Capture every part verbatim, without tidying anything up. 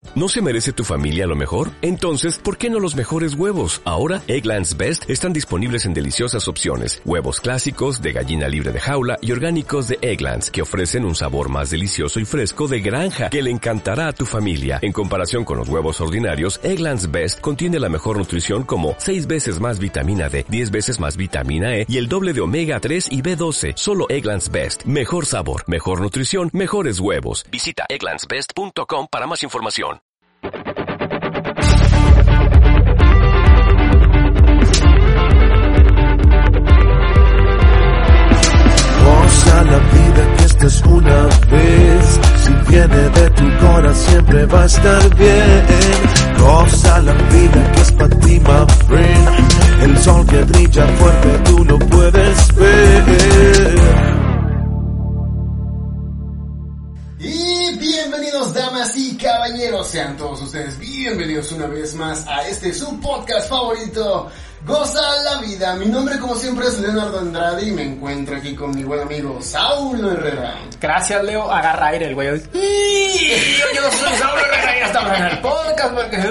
¿No se merece tu familia lo mejor? Entonces, ¿por qué no los mejores huevos? Ahora, Eggland's Best están disponibles en deliciosas opciones. Huevos clásicos, de gallina libre de jaula y orgánicos de Eggland's, que ofrecen un sabor más delicioso y fresco de granja que le encantará a tu familia. En comparación con los huevos ordinarios, Eggland's Best contiene la mejor nutrición como seis veces más vitamina D, diez veces más vitamina E y el doble de omega tres y B doce. Solo Eggland's Best. Mejor sabor, mejor nutrición, mejores huevos. Visita egglands best punto com para más información. Goza la vida que esta es una vez. Si viene de tu corazón siempre va a estar bien. Goza la vida que es para ti, my friend. El sol que brilla fuerte tú lo puedes ver. Y bienvenidos, damas y caballeros, sean todos ustedes bienvenidos una vez más a este su podcast favorito, Goza la Vida. Mi nombre, como siempre, es Leonardo Andrade y me encuentro aquí con mi buen amigo Saulo Herrera. Gracias, Leo. Agarra aire el güey. Yo soy Saulo Herrera y ya estamos en el podcast porque...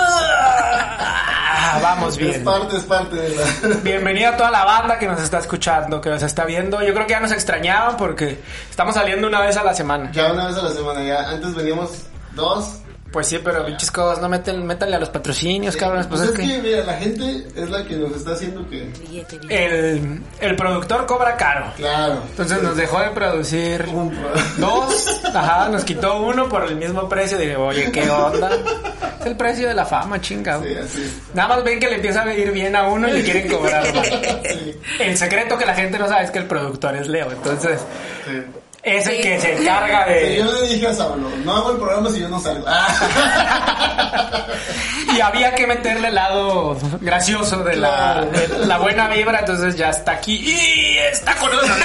Vamos bien. Es parte, es parte de la... Bienvenida a toda la banda que nos está escuchando, que nos está viendo. Yo creo que ya nos extrañaban porque estamos saliendo una vez a la semana. Ya una vez a la semana, ya. Antes veníamos dos... Pues sí, pero pinches cosas, no meten, métanle a los patrocinios, sí, cabrones. Pues, pues es es que, que mira, la gente es la que nos está haciendo que... el, el productor cobra caro. Claro. Entonces sí, nos dejó de producir un... dos, ajá, nos quitó uno por el mismo precio. Dije, oye, ¿qué onda? Es el precio de la fama, chingado. Sí, así. Nada más ven que le empieza a ir bien a uno y le quieren cobrar más. Sí. El secreto que la gente no sabe es que el productor es Leo, entonces... Sí. Es el sí. que se encarga de... Sí, yo le dije a Saulo, no hago el programa si yo no salgo. Y había que meterle el lado gracioso de, claro. la, de la buena vibra, entonces ya está aquí y está con nosotros.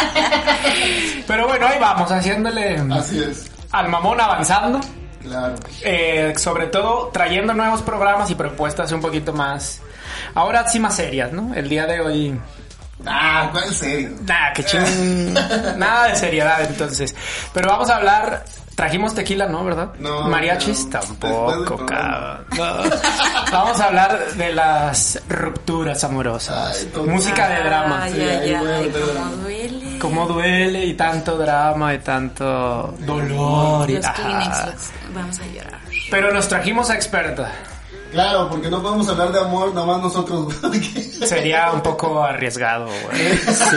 Pero bueno, ahí vamos, haciéndole... Así es. Al mamón avanzando. Claro. Eh, sobre todo trayendo nuevos programas y propuestas un poquito más... Ahora sí más serias, ¿no? El día de hoy... Ah, ¿cuál es serio? Nah, qué ching... Nada de seriedad, entonces. Pero vamos a hablar... Trajimos tequila, ¿no? ¿Verdad? No. Mariachis no. tampoco, cabrón. No. Vamos a hablar de las rupturas amorosas. Ay, música ay, de drama. Ay, sí, ay, ay, cómo duele. Cómo duele y tanto drama y tanto dolor. Los y, Kleenex, vamos a llorar. Pero nos trajimos a experta. Claro, porque no podemos hablar de amor nomás nosotros. Sería un poco arriesgado, güey. Sí.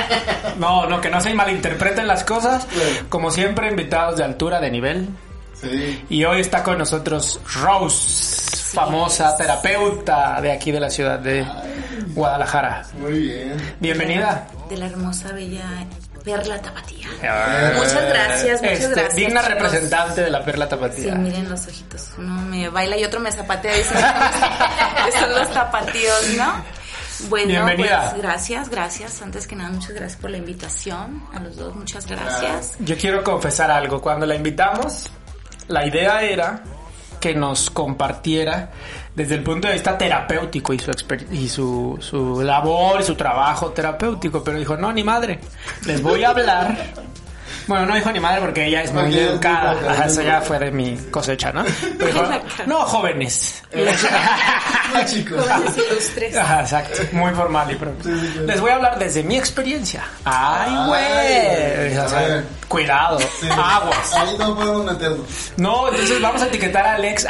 No, no, que no se malinterpreten las cosas. Sí. Como siempre, invitados de altura, de nivel. Sí. Y hoy está con nosotros Rose, sí, famosa terapeuta de aquí de la ciudad de Guadalajara. Muy bien. Bienvenida. De la hermosa, bella... Perla Tapatía. Eh, muchas gracias, muchas este, gracias. Digna chicos. Representante de la Perla Tapatía. Sí, miren los ojitos. Uno me baila y otro me zapatea. Dicen que son los tapatíos, ¿no? Bueno, bienvenida. Pues gracias, gracias. Antes que nada, muchas gracias por la invitación. A los dos, muchas gracias. Yo quiero confesar algo. Cuando la invitamos, la idea era que nos compartiera desde el punto de vista terapéutico y su exper- y su, su labor y su trabajo terapéutico, pero dijo, no, ni madre, les voy a hablar. Bueno, no dijo ni madre porque ella es muy okay, educada. Ajá, eso ya fue de mi cosecha, ¿no? Pero dijo, no, jóvenes. No, chicos. Jóvenes ilustres. Ajá, exacto. Muy formal y propio. Sí, sí, sí. Les voy a hablar desde mi experiencia. Ay, güey. O sea, cuidado. Sí. Aguas. Ahí no podemos meternos. No, entonces vamos a etiquetar a Alex.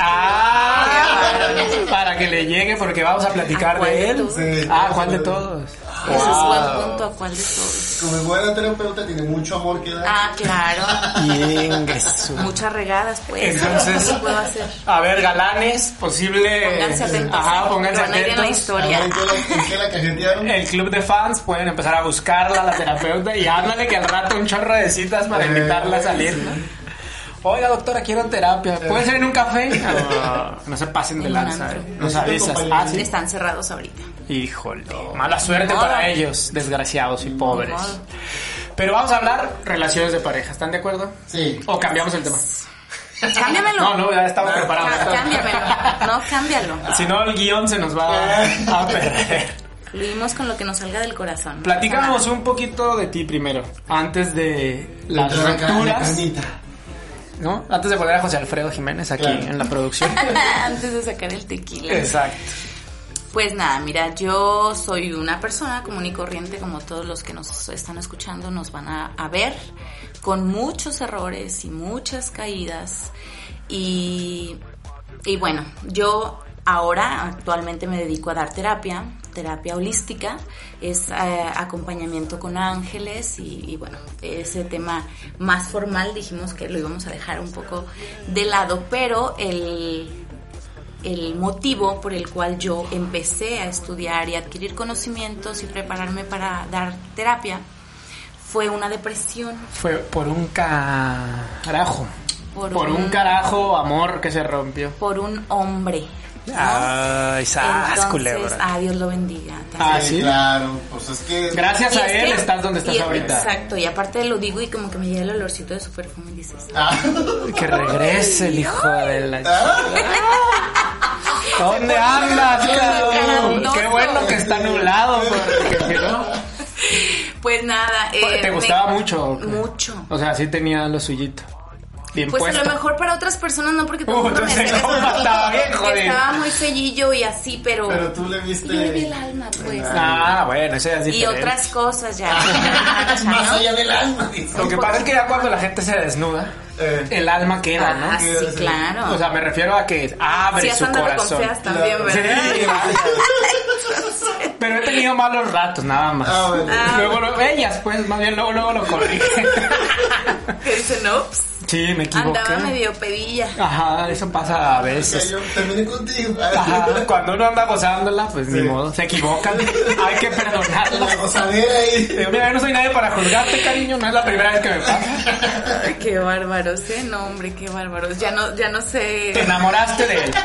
Ah, para que le llegue porque vamos a platicar de él. Sí, ah, ¿cuál de todos? Ese wow. es buen punto, ¿a cuál de todos? Como buena terapeuta tiene mucho amor que dar. Ah, claro. Ingesu. Muchas regadas, pues. Entonces, ¿qué puedo hacer? A ver, galanes, posible. Pónganse atentos. Ajá, pónganse atentos. La historia. ¿En qué la, en qué la cajetearon? El club de fans pueden empezar a buscarla, la terapeuta, y ándale que al rato un chorro de citas para invitarla a salir, ¿no? Oiga, doctora, quiero terapia. ¿Puede ser en un café? No, no se pasen de lanza. Nos avisas. Ah, ¿sí? Están cerrados ahorita. Híjole, mala suerte para ellos, desgraciados y pobres. Pero vamos a hablar relaciones de pareja, ¿están de acuerdo? Sí. ¿O cambiamos el tema? Cámbiamelo. No, no, ya estamos preparados. Cámbiamelo. No, cámbialo. Si no, el guión se nos va a perder. Fluimos con lo que nos salga del corazón. Platícanos un poquito de ti primero, antes de las rupturas. ¿no? Antes de poner a José Alfredo Jiménez aquí Claro. en la producción. Antes de sacar el tequila. Exacto. Pues nada, mira, yo soy una persona común y corriente, como todos los que nos están escuchando nos van a, a ver, con muchos errores y muchas caídas. Y, y bueno, yo ahora actualmente me dedico a dar terapia, terapia holística, es eh, acompañamiento con ángeles y, y bueno, ese tema más formal dijimos que lo íbamos a dejar un poco de lado, pero el... El motivo por el cual yo empecé a estudiar y adquirir conocimientos y prepararme para dar terapia fue una depresión. Fue por un carajo. Por, Por un, un carajo amor que se rompió. Por un hombre. ¿no? Ay, sas, Entonces, culebra. ah, Dios lo bendiga. Ah, Sí, ¿sí? claro, pues es que... Gracias Y a es él que- estás donde estás y- ahorita. Exacto, y aparte lo digo y como que me llega el olorcito de su perfume y dices... Ah. Que regrese el hijo de la chica. ¿Dónde andas, cabrón? Qué bueno que está nublado, porque si no... Pues nada... eh, ¿Te me- gustaba mucho? ¿O qué? Mucho. O sea, sí tenía lo suyito. Bien Pues puesto. a lo mejor para otras personas no, porque todo el Uh, mundo me entonces, decía que ¿cómo estaba- estaba bien, joder? que estaba muy fellillo y así, pero... Pero tú le viste... Yo le vi el alma, pues. Ah, bueno, eso ya es Y diferente. otras cosas ya. Más allá del alma, dice. Lo que pasa es que ya cuando la gente se desnuda, Eh. el alma queda, ¿no? Ah, sí, claro. O sea, me refiero a que abre Sí, has su andado con corazón. feas también, Claro. ¿verdad? Sí, pero he tenido malos ratos, nada más. Ah, bueno. Ah. Luego, lo, ellas, pues, más bien luego, luego lo corrigen. Que dicen, ups, Sí, me equivoqué. andaba medio pedilla. Ajá, eso pasa a Que veces. yo terminé contigo. Ajá, cuando uno anda gozándola, pues Sí. ni modo, se equivocan. Hay que perdonarla. La gozadera ahí. Digo, mira, yo no soy nadie para juzgarte, cariño, no es la primera vez que me pasa. Ay, qué bárbaros, ¿eh? No, hombre, qué bárbaros. Ya no, ya no sé. Te enamoraste de él.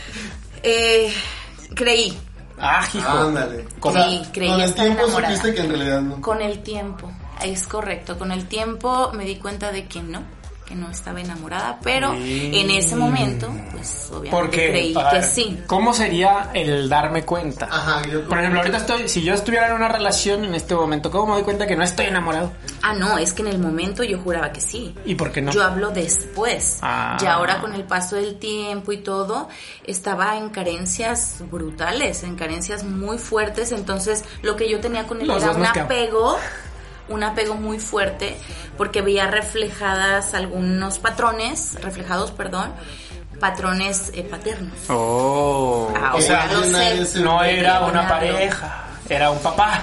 Eh, creí, Ah, hijo. Ándale. ¿Cómo? creí, creí Con el estar tiempo enamorada. supiste que en realidad no. Con el tiempo, es correcto. Con el tiempo me di cuenta de que no, que no estaba enamorada, pero en ese momento, pues obviamente Porque, creí a que ver, sí. ¿cómo sería el darme cuenta? Ajá, yo... Por ejemplo, ahorita estoy, si yo estuviera en una relación en este momento, ¿cómo me doy cuenta que no estoy enamorado? Ah, no, es que en el momento yo juraba que sí. ¿Y por qué no? Yo hablo después. Ah. Ya ahora con el paso del tiempo y todo, estaba en carencias brutales, en carencias muy fuertes. Entonces, lo que yo tenía con él Los era dos un nos quedamos. apego, un apego muy fuerte, porque veía reflejadas algunos patrones, reflejados, perdón, patrones eh, paternos. Oh. Ah, o o sea, sea, lo sé. ese- no era una Una- pareja, era un papá.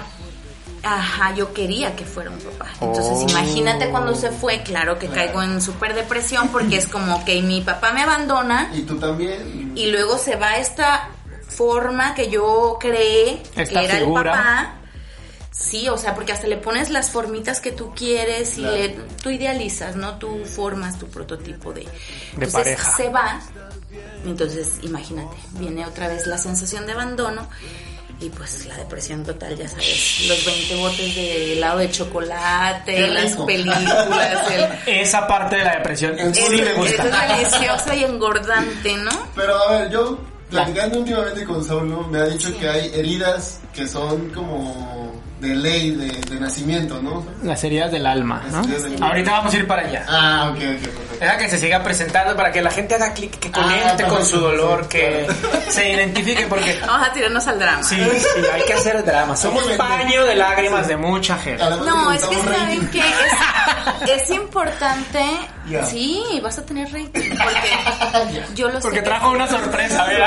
Ajá, yo quería que fuera un papá. Entonces, Oh. imagínate cuando se fue, claro que caigo en súper depresión porque es como que mi papá me abandona Y tú también. y luego se va esta forma que yo creé Esta que era figura. el papá. Sí, o sea, porque hasta le pones las formitas que tú quieres y Claro. le, tú idealizas, ¿no? Tú formas tu prototipo de... De Entonces, pareja. se va, entonces imagínate, viene otra vez la sensación de abandono y pues la depresión total, ya sabes, los veinte botes de helado de chocolate, Qué las rico. películas, el... Esa parte de la depresión Es- sí me gusta. Es deliciosa y engordante, ¿no? Pero a ver, yo platicando últimamente con Saulo, me ha dicho que hay heridas que son como de ley, de, de nacimiento, ¿no? Las heridas del alma, ¿no? Las heridas del- Ahorita vamos a ir para allá. Ah, ok, ok, perfecto. Deja que se siga presentando para que la gente haga clic, que Ah, conecte con perfecto, su dolor, sí, que claro. se identifique porque... Vamos a tirarnos al drama. Sí, sí, hay que hacer drama. Somos Hay que vender. paño de lágrimas de mucha gente. Además No, de es que necesitamos saben rating. que es, es importante. Ya. Sí, vas a tener rating. Porque yo lo Porque sé. trajo una sorpresa, ¿verdad?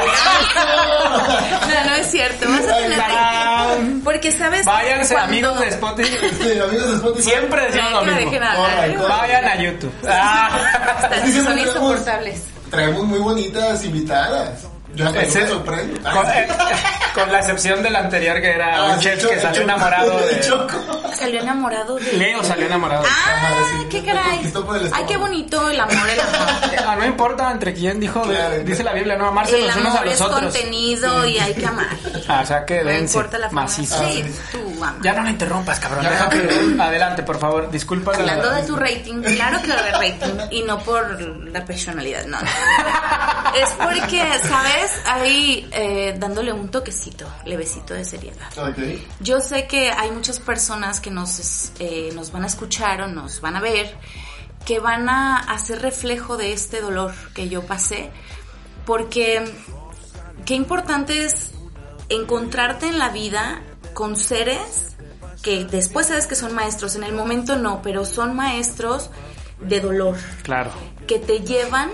No, no es cierto. Vas a tener rating. Porque sabes. Váyanse, cuando- amigos de Spotify. Sí, amigos de Spotify. Siempre decimos Ya, lo que me mismo. dejen hablar. Corran, corran. Vayan a YouTube. Ah. Están- Sí, siempre son tenemos- insoportables. Traemos muy bonitas invitadas. Yo hasta Ese- me sorprendo. Con, eh, con la excepción del anterior que era Ah, un sí, chef Choco, que salió Choco. enamorado de... Choco. Salió enamorado de. Leo salió enamorado de... Ah, Ajá, sí. qué Me caray. conquistó por el Ay, estómago. qué bonito el amor, el amor. Ah, no importa entre quién dijo, Claro. dice la Biblia, no, amarse El los unos a amor los es otros. contenido y hay que amar. Ah, o sea que No dense, importa la forma. macizo. Sí, tú ama. Ya no la interrumpas, cabrón. Ya. Deja que... Adelante, por favor. Disculpa. la- Hablando de tu rating, claro que va a haber rating y no por la personalidad, no. no. Es porque, ¿sabes? Ahí eh, dándole un toquecito, levecito de seriedad. Ok. Yo sé que hay muchas personas que nos, eh, nos van a escuchar o nos van a ver que van a hacer reflejo de este dolor que yo pasé, porque qué importante es encontrarte en la vida con seres que después sabes que son maestros, en el momento no, pero son maestros de dolor. Claro. Que te llevan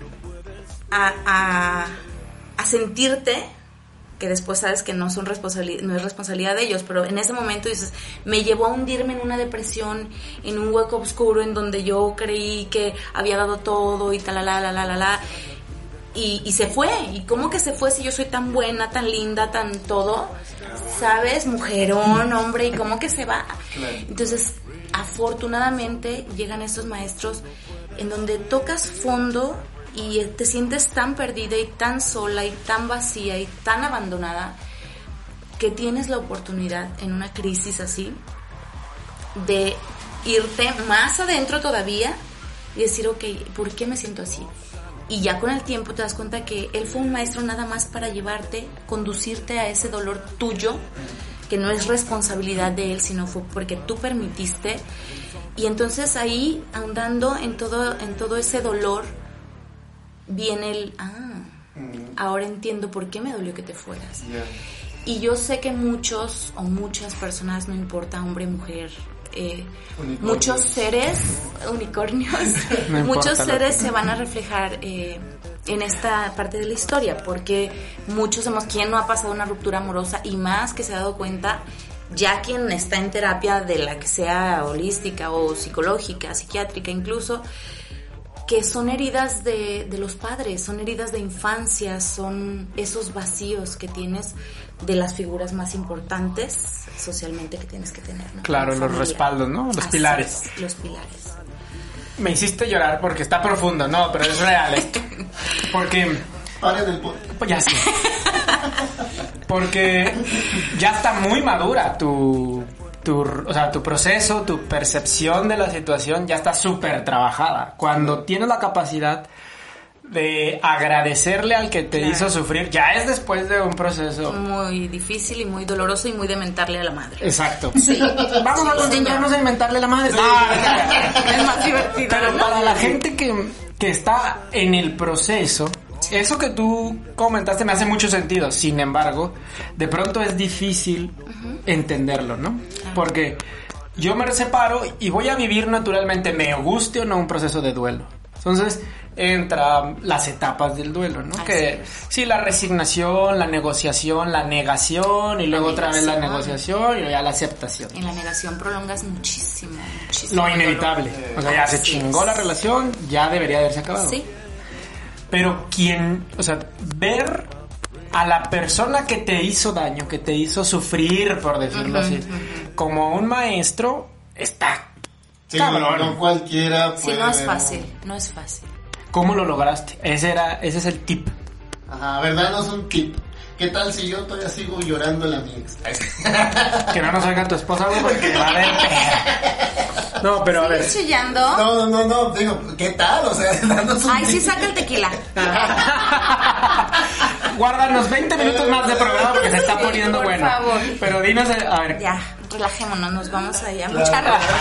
a, a, a sentirte, que después sabes que no son responsabilidad, no es responsabilidad de ellos, pero en ese momento dices, me llevó a hundirme en una depresión, en un hueco oscuro en donde yo creí que había dado todo y tal, la, la, la, la, la, la, y, y se fue. ¿Y cómo que se fue si yo soy tan buena, tan linda, tan todo? ¿Sabes? Mujerón, hombre, ¿y cómo que se va? Entonces, afortunadamente llegan estos maestros en donde tocas fondo y te sientes tan perdida y tan sola y tan vacía y tan abandonada que tienes la oportunidad en una crisis así de irte más adentro todavía y decir, ok, ¿por qué me siento así? Y ya con el tiempo te das cuenta que él fue un maestro nada más para llevarte, conducirte a ese dolor tuyo, que no es responsabilidad de él, sino fue porque tú permitiste. Y entonces ahí, ahondando en todo, en todo ese dolor, viene el, ah, ahora entiendo por qué me dolió que te fueras. Yeah. Y yo sé que muchos o muchas personas, no importa, hombre, mujer, eh, muchos seres, unicornios, no muchos seres se van a reflejar eh, en esta parte de la historia, porque muchos hemos, ¿quién no ha pasado una ruptura amorosa? Y más que se ha dado cuenta, ya quien está en terapia de la que sea holística o psicológica, psiquiátrica incluso, que son heridas de, de los padres, son heridas de infancia, son esos vacíos que tienes de las figuras más importantes socialmente que tienes que tener, ¿no? Claro, los respaldos, ¿no? Los Así pilares. Es, los pilares. Me hiciste llorar porque está profundo, no, pero es real esto. Porque... Paren el punto. Ya sí. Porque ya está muy madura tu... Tu, o sea, tu proceso, tu percepción de la situación ya está súper trabajada. Cuando tienes la capacidad de agradecerle al que te claro. hizo sufrir, ya es después de un proceso muy difícil y muy doloroso y muy de mentarle a la madre. Exacto. Sí. Vamos a concentrarnos en mentarle a la madre. Sí. Ah, es más divertido. Pero para la gente que, que está en el proceso, eso que tú comentaste me hace mucho sentido. Sin embargo, de pronto es difícil uh-huh. entenderlo, ¿no? Claro. Porque yo me separo y voy a vivir naturalmente, me guste o no, un proceso de duelo. Entonces entra las etapas del duelo, ¿no? Así que es. Sí, la resignación, la negociación, la negación y luego la otra vez la negociación y ya la aceptación. En la negación prolongas muchísimo, muchísimo. Lo inevitable. O sea, ya se chingó la relación, ya debería haberse acabado. Sí. Pero quien, o sea, ver a la persona que te hizo daño, que te hizo sufrir, por decirlo uh-huh, así, uh-huh. como un maestro, está sí, cabrón. No cualquiera puede. Sí, no es fácil, no es fácil. ¿Cómo lo lograste? Ese era, ese es el tip. Ajá, ¿verdad? No es un tip. ¿Qué tal si yo todavía sigo llorando a mi ex? Que no nos oiga tu esposa, güey, porque va a haber... No, pero a ver. ¿Sigues chillando? No, no, no, no, digo, ¿qué tal? O sea, dando su... Ay, sí, saca el tequila. Guárdanos veinte minutos más de programa porque se está sí, poniendo por bueno. Por favor. Pero dinos, a ver. Ya, relajémonos, nos vamos allá. Claro. Mucha raza.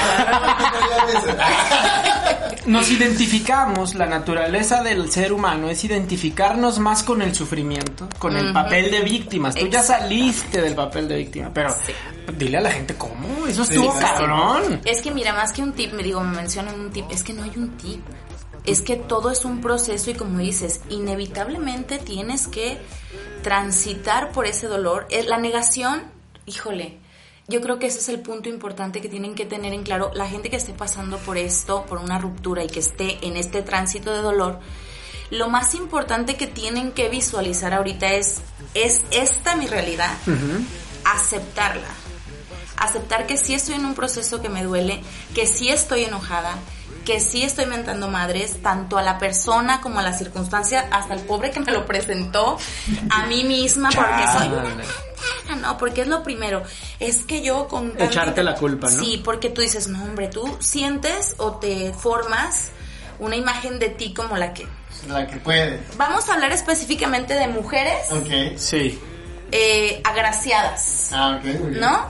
Nos identificamos, la naturaleza del ser humano es identificarnos más con el sufrimiento, con uh-huh. el papel de víctimas. Tú Exacto. ya saliste del papel de víctima, pero sí. dile a la gente cómo, eso estuvo sí, cabrón. Es que mira, más que un tip, me digo, me mencionan un tip, es que no hay un tip. Es que todo es un proceso y como dices, inevitablemente tienes que transitar por ese dolor. La negación, híjole, yo creo que ese es el punto importante que tienen que tener en claro la gente que esté pasando por esto, por una ruptura y que esté en este tránsito de dolor. Lo más importante que tienen que visualizar ahorita es, es esta mi realidad, uh-huh. aceptarla. Aceptar que sí estoy en un proceso que me duele, que sí estoy enojada, que sí estoy mentando madres, tanto a la persona como a la circunstancia, hasta el pobre que me lo presentó, a mí misma, porque soy una pendeja, no, porque es lo primero, es que yo con... Tanta... Echarte la culpa, ¿no? Sí, porque tú dices, no hombre, tú sientes o te formas una imagen de ti como la que... La que puede. Vamos a hablar específicamente de mujeres. Ok. Sí. Eh, agraciadas. Ah, ok, muy bien. ¿No?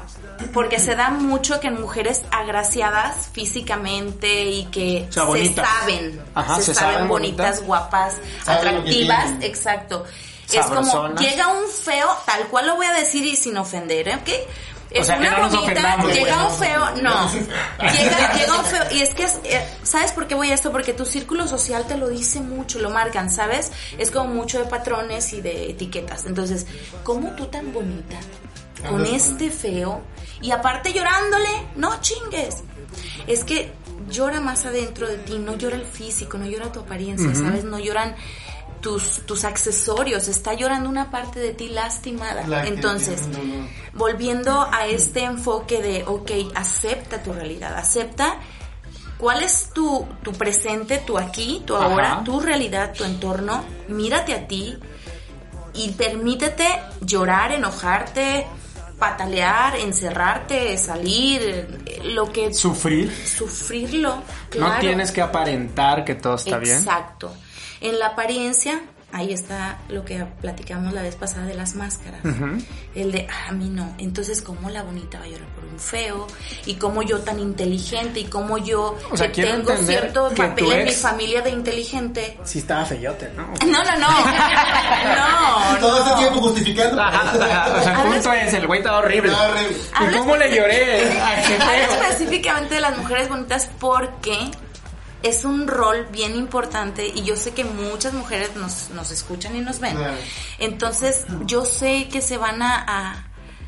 porque se da mucho que en mujeres agraciadas físicamente y que o sea, se bonitas. saben, Ajá, se, se saben, saben bonitas, bonitas. guapas, Saben lo que atractivas, tienen. exacto. Es como, Sabrosonas. llega un feo, tal cual lo voy a decir y sin ofender, ¿ok? Es O sea, que una no nos bonita, ofendamos, llega pues. un feo, no, llega, llega un feo, y es que, es, eh, ¿sabes por qué voy a esto? Porque tu círculo social te lo dice mucho, lo marcan, ¿sabes? Es como mucho de patrones y de etiquetas, entonces, ¿cómo tú tan bonita, con este feo, y aparte llorándole, no chingues, es que llora más adentro de ti, no llora el físico, no llora tu apariencia, uh-huh. ¿sabes? No lloran tus tus accesorios, está llorando una parte de ti lastimada. La Entonces, volviendo a este enfoque de, ok, acepta tu realidad, acepta cuál es tu, tu presente, tu aquí, tu ahora, Ajá. tu realidad, tu entorno, mírate a ti y permítete llorar, enojarte, patalear, encerrarte, salir, lo que... Sufrir. Sufrirlo, claro. No tienes que aparentar que todo está Exacto. bien. Exacto. En la apariencia, ahí está lo que platicamos la vez pasada de las máscaras. Uh-huh. El de, ah, a mí no. Entonces, ¿cómo la bonita va a llorar por un feo? Y cómo yo tan inteligente y cómo yo o sea, que tengo cierto papel en mi familia de inteligente. Sí estaba feyote, ¿no? No, no, no. no, Todo no. ese tiempo justificando. Ajá, ajá. O sea, el punto es, el güey estaba horrible. Estaba horrible. ¿Y cómo le lloré? Ay, qué Hablo feo. específicamente de las mujeres bonitas porque... es un rol bien importante y yo sé que muchas mujeres nos, nos escuchan y nos ven. Claro. Entonces, yo sé que se van a... a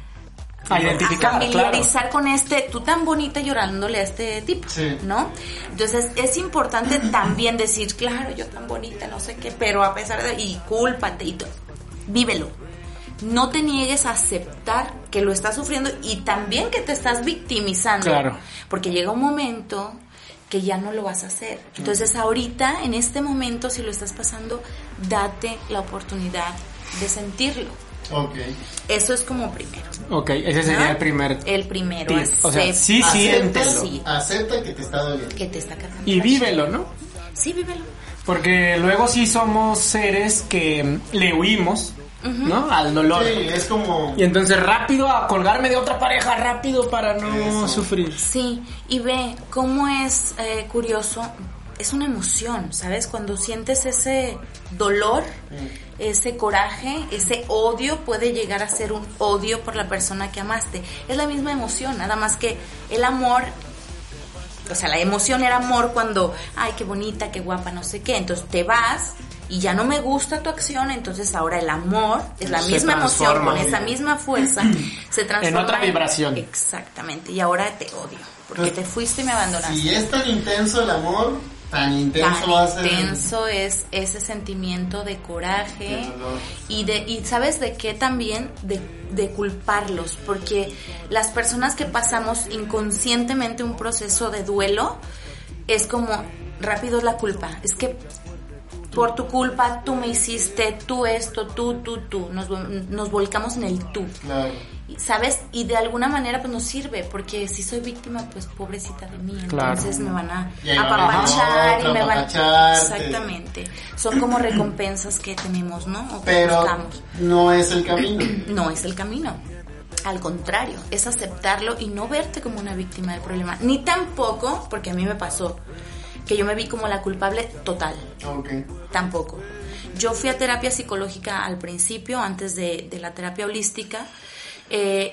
a identificar, a familiarizar claro. con este, tú tan bonita llorándole a este tipo, sí. ¿no? Entonces, es importante también decir, claro, yo tan bonita, no sé qué, pero a pesar de... y cúlpate y todo. Vívelo. No te niegues a aceptar que lo estás sufriendo y también que te estás victimizando. Claro. Porque llega un momento... que ya no lo vas a hacer. Entonces ahorita, en este momento, si lo estás pasando, date la oportunidad de sentirlo. Okay. Eso es como primero. Ok, ese sería ¿no? el primer El primero. tip. Acepta, o sea, sí, siéntelo. Sí. Acepta que te está doliendo. Que te está cargando. Y vívelo, ¿no? Sí, vívelo. Porque luego sí somos seres que le huimos, uh-huh. ¿no? Al dolor. Sí, es como... Y entonces rápido a colgarme de otra pareja, rápido para no Eso. sufrir. Sí, y ve cómo es eh, curioso, es una emoción, ¿sabes? Cuando sientes ese dolor, mm. ese coraje, ese odio, puede llegar a ser un odio por la persona que amaste. Es la misma emoción, nada más que el amor... O sea, la emoción era amor cuando, ay, qué bonita, qué guapa, no sé qué. Entonces te vas y ya no me gusta tu acción, entonces ahora el amor es la se misma emoción, con bien. esa misma fuerza, se transforma en otra vibración. En, exactamente, y ahora te odio, porque pues, te fuiste y me abandonaste. Si es tan intenso el amor, tan intenso tan va a ser... intenso es ese sentimiento de coraje y de y sabes de qué también de, de culparlos, porque las personas que pasamos inconscientemente un proceso de duelo es como rápido es la culpa, es que por tu culpa tú me hiciste, tú esto, tú, tú, tú, nos, nos volcamos en el tú. Claro. ¿Sabes? Y de alguna manera pues nos sirve, porque si soy víctima, pues pobrecita de mí, claro. entonces me van a y apapachar y me van a... Exactamente. Son como recompensas que tenemos, ¿no? O que Pero buscamos. No es el camino. No es el camino. Al contrario, es aceptarlo y no verte como una víctima del problema. Ni tampoco, porque a mí me pasó, que yo me vi como la culpable total. Okay. Tampoco. Yo fui a terapia psicológica al principio, antes de, de la terapia holística, eh,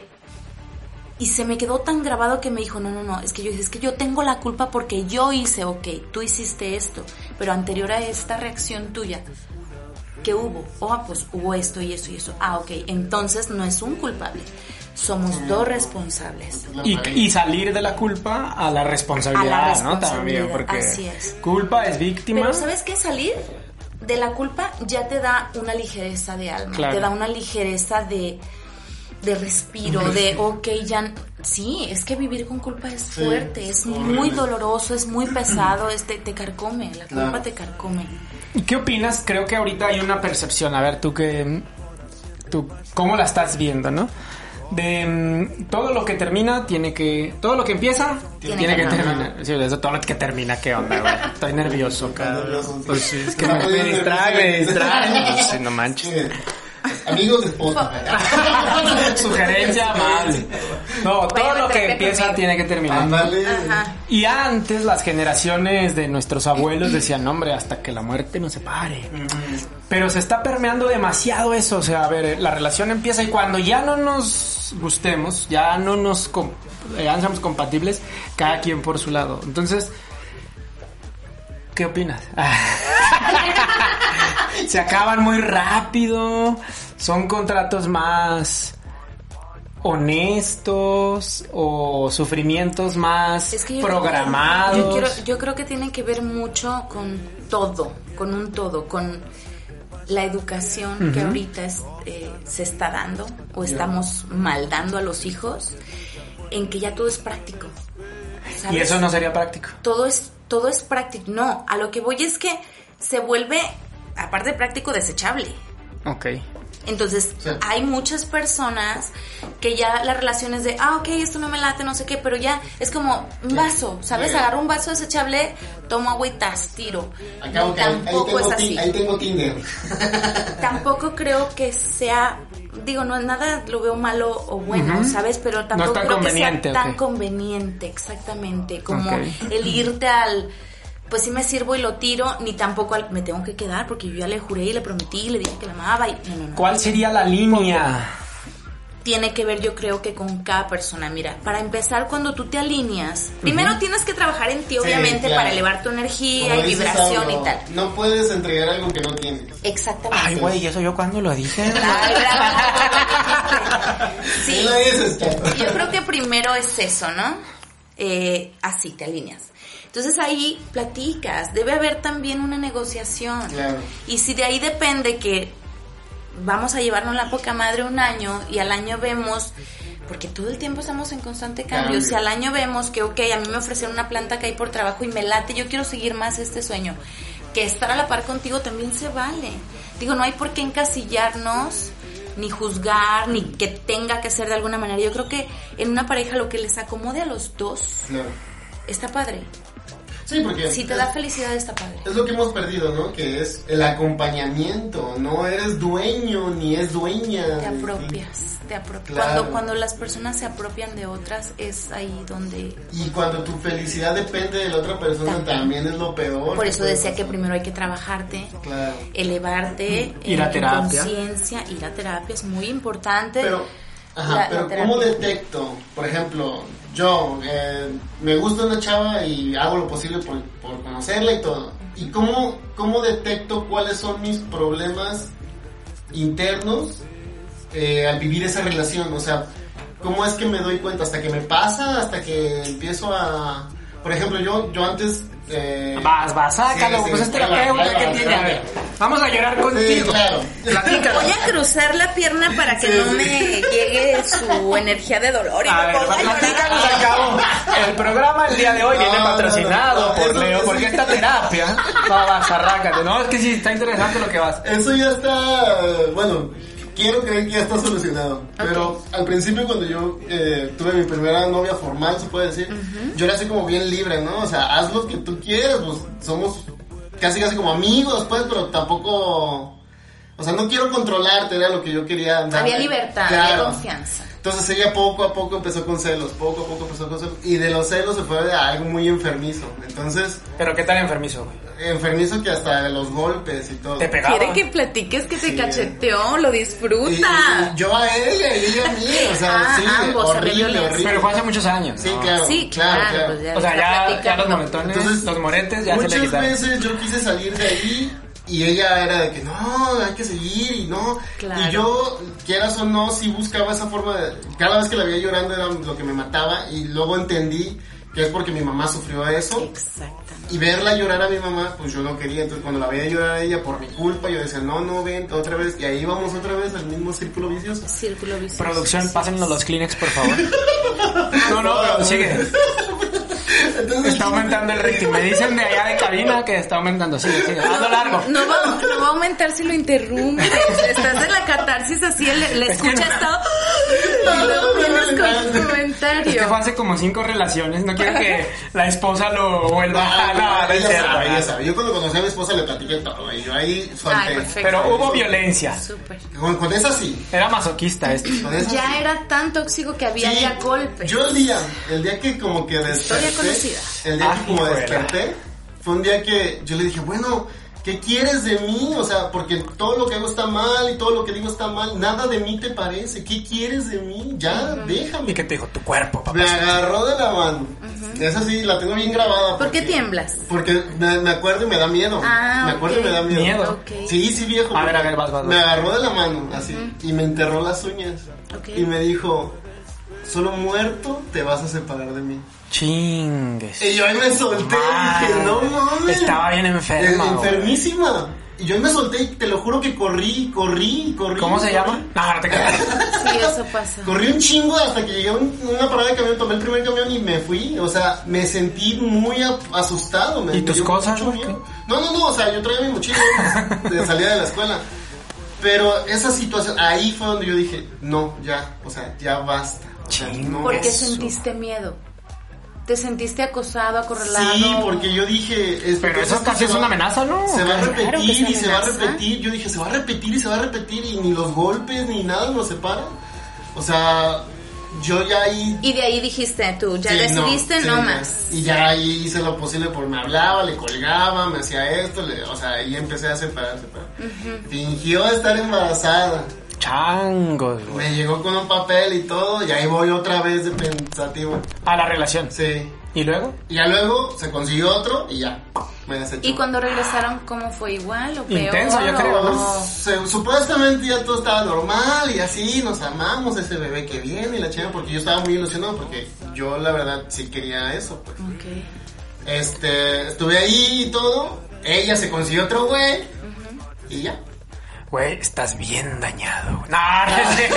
y se me quedó tan grabado que me dijo, no, no, no, es que yo es que yo tengo la culpa porque yo hice, ok, tú hiciste esto, pero anterior a esta reacción tuya, ¿qué hubo? Oh, pues hubo esto y eso y eso. Ah, ok, entonces no es un culpable. Somos dos responsables. Y, y salir de la culpa a la responsabilidad, a la responsabilidad, ¿no? También, porque así es. Culpa es víctima. Pero ¿sabes qué? Salir de la culpa ya te da una ligereza de alma, claro. Te da una ligereza de, de respiro, de, ok, ya... Sí, es que vivir con culpa es sí, fuerte, es horrible. Muy doloroso, es muy pesado, es, te, te carcome, la culpa claro. te carcome. ¿Y qué opinas? Creo que ahorita hay una percepción, a ver, tú que... tú ¿cómo la estás viendo, no? De um, todo lo que termina tiene que todo lo que empieza tiene, tiene que, que terminar. Sí, eso todo lo que termina, qué onda, güey. Estoy nervioso, cabrón. Pues sí, es que me, me distrae, me distrae. Pues sí, no manches. Amigos de Spotify. Sugerencia amable. No, todo Vayan a lo que terapia empieza conmigo. tiene que terminar. Ándale. Ajá. Y antes las generaciones de nuestros abuelos decían, "No, hombre, hasta que la muerte nos separe." Pero se está permeando demasiado eso, o sea, a ver, la relación empieza y cuando ya no nos gustemos, ya no nos com- ya no somos compatibles, cada quien por su lado. Entonces, ¿qué opinas? Se acaban muy rápido, son contratos más honestos o sufrimientos más Es que yo programados. Creo, yo, quiero, yo creo que tiene que ver mucho con todo, con un todo, con la educación uh-huh. que ahorita es, eh, se está dando o estamos mal dando a los hijos, en que ya todo es práctico. ¿Sabes? Y eso no sería práctico. Todo es, todo es práctico. No, a lo que voy es que se vuelve, aparte de práctico, desechable. Ok. Entonces, sí. hay muchas personas que ya la relación es de, ah, ok, esto no me late, no sé qué, pero ya es como un vaso, ¿sabes? Sí. Agarro un vaso desechable, tomo agua y tas, tiro. Acabo no, que tampoco ahí, ahí es así. Ti, ahí tengo Tinder. Tampoco creo que sea, digo, no nada lo veo malo o bueno, uh-huh. ¿sabes? Pero tampoco no es creo que sea tan okay. conveniente, exactamente, como okay. el irte al... Pues sí me sirvo y lo tiro, ni tampoco al, me tengo que quedar porque yo ya le juré y le prometí y le dije que la amaba y no, no, no. ¿Cuál sería la línea? Tiene que ver, yo creo que con cada persona. Mira, para empezar, cuando tú te alineas, uh-huh. primero tienes que trabajar en ti, obviamente, sí, claro. para elevar tu energía como y vibración algo, y tal. No puedes entregar algo que no tienes. Exactamente. Ay, güey, ¿y eso yo cuándo lo dije? Ay, sí. Lo dices, yo creo que primero es eso, ¿no? Eh, así te alineas. Entonces ahí platicas, debe haber también una negociación. Claro. Y si de ahí depende que vamos a llevarnos la poca madre un año y al año vemos, porque todo el tiempo estamos en constante cambio, cambio. Si al año vemos que, ok, a mí me ofrecieron una planta que hay por trabajo y me late, yo quiero seguir más este sueño, que estar a la par contigo también se vale. Digo, no hay por qué encasillarnos, ni juzgar, ni que tenga que ser de alguna manera. Yo creo que en una pareja lo que les acomode a los dos, claro. está padre. Sí, porque si te es, da felicidad está padre. Es lo que hemos perdido, ¿no? Que es el acompañamiento. No eres dueño ni es dueña. Te apropias, te apropias. Claro. Cuando, cuando las personas se apropian de otras es ahí donde... Y cuando tu felicidad depende de la otra persona también, también es lo peor. Por eso decía que primero hay que trabajarte, claro. elevarte, ir a terapia. Conciencia, ir a terapia es muy importante. Pero, ajá, la, pero la ¿cómo detecto? Por ejemplo... Yo, eh, me gusta una chava y hago lo posible por, por conocerla y todo. ¿Y cómo, cómo detecto cuáles son mis problemas internos eh, al vivir esa relación? O sea, ¿cómo es que me doy cuenta? ¿Hasta que me pasa? ¿Hasta que empiezo a...? Por ejemplo, yo, yo antes... Eh, vas, vas, sácalo, sí, pues sí, es terapeuta que tiene. A ver, vamos a llorar contigo. Sí, claro. Voy a cruzar la pierna para que sí, no sí. me llegue su energía de dolor y a me ver, ponga a platícanos al cabo. El programa el día de hoy no, viene patrocinado no, no, por Leo, porque esta terapia va, vas, arráncate. No, es que sí, está interesante lo que vas. Eso ya está, bueno... Quiero creer que ya está solucionado. Okay. Pero al principio cuando yo eh, tuve mi primera novia formal, se puede decir, uh-huh. yo era así como bien libre, ¿no? O sea, haz lo que tú quieras, pues somos casi casi como amigos, pues, pero tampoco... O sea, no quiero controlarte, era lo que yo quería dar. Había libertad, claro. había confianza. Entonces ella poco a poco empezó con celos, poco a poco empezó con celos. Y de los celos se fue a algo muy enfermizo. Entonces... ¿Pero qué tal enfermizo, güey? Enfermizo que hasta los golpes y todo. ¿Te pegaba? Quiere que platiques que te sí. cacheteó, lo disfruta. Y, y yo a ella y ella a mí, o sea, ah, sí, ambos, horrible, horrible. Pero fue hace muchos años. Sí, ¿no? claro. Sí, claro. claro, claro. Pues ya o sea, ya, ya los moretones, Entonces, los moretes ya se le quitaron. Muchas veces yo quise salir de ahí y ella era de que no, hay que seguir y no. Claro. Y yo, quieras o no, sí buscaba esa forma de... Cada vez que la veía llorando era lo que me mataba y luego entendí que es porque mi mamá sufrió eso. Exactamente. Y verla llorar a mi mamá, pues yo no quería. Entonces cuando la veía llorar a ella por mi culpa, yo decía, no, no, ven, otra vez. Y ahí vamos otra vez al mismo círculo vicioso. Círculo vicioso. Producción, pásennos los Kleenex, por favor. no, no, pero sigue. Entonces, Está aumentando el ritmo. Me dicen de allá de cabina que está aumentando. Sigue, sigue. Hazlo largo. No va, no va a aumentar si lo interrumpes. Estás en la catarsis así, le, le escuchas todo. Y luego vienes con tu comentario. Es que fue hace como cinco relaciones. No quiero que la esposa lo vuelva a no, no, ella sabe, ella sabe. Yo cuando conocí a mi esposa le platiqué todo y yo ahí solté. Ay, perfecto. Pero hubo violencia. Súper. Con, con esa sí. Era masoquista esto. Con esa Ya sí. era tan tóxico que había Sí, ya golpes. Yo el día, el día que como que Historia desperté, conocida. el día Ah, que como hijuela. desperté, fue un día que yo le dije, bueno, ¿qué quieres de mí? O sea, porque todo lo que hago está mal y todo lo que digo está mal, nada de mí te parece, ¿qué quieres de mí? Ya, déjame. ¿Y qué te dijo? Tu cuerpo, papá. Me agarró de la mano. Esa sí, la tengo bien grabada. ¿Por qué porque- tiemblas? Porque me, me acuerdo y me da miedo. Ah, me acuerdo ok. y me da miedo. Miedo. Ok. Sí, sí, viejo. A ver, porque a ver, vas, vas, vas. Me agarró de la mano, así, y me enterró las uñas. Ok. Y me dijo, solo muerto te vas a separar de mí. Chingues. Y yo ahí me solté y dije, no mames. Estaba bien enferma, Eh, güey. enfermísima. Y yo me solté y te lo juro que corrí, corrí, corrí. ¿Cómo se corrí. llama? No, no te creas. Sí, eso pasa. Corrí un chingo hasta que llegué a un- una parada de camión, tomé el primer camión y me fui. O sea, me sentí muy a- asustado. Me, ¿Y me tus dio cosas, mucho güey? miedo. No, no, no, o sea, yo traía mi mochila de salida de la escuela. Pero esa situación, ahí fue donde yo dije, no, ya, o sea, ya basta. O sea, Chingo. no. Porque Eso. sentiste miedo. Te sentiste acosado, acorralado. Sí, porque yo dije... es- Pero entonces eso casi se es va- una amenaza, ¿no? Se va a Claro que repetir es y se va a amenaza. repetir. Yo dije, se va a repetir y se va a repetir y ni los golpes ni nada nos separan. O sea, yo ya ahí... Y de ahí dijiste tú, ya sí, decidiste sí, no ya. más. Y ya ahí hice lo posible por me hablaba, le colgaba, me hacía esto, le- o sea, ahí empecé a separar, separar. Fingió estar embarazada. Changos, güey. Me llegó con un papel y todo y ahí voy otra vez de pensativo. A la relación. Sí. ¿Y luego? Y ya luego se consiguió otro y ya. Me desechó. Y cuando regresaron, ¿cómo fue? ¿Igual o peor? Intenso, yo creo, ¿no? o- Se- supuestamente ya todo estaba normal y así nos amamos, ese bebé que viene y la chica, porque yo estaba muy ilusionado porque yo la verdad sí quería eso, pues. Ok. Este, estuve ahí y todo, ella se consiguió otro güey y ya. Güey, estás bien dañado. No, no sé.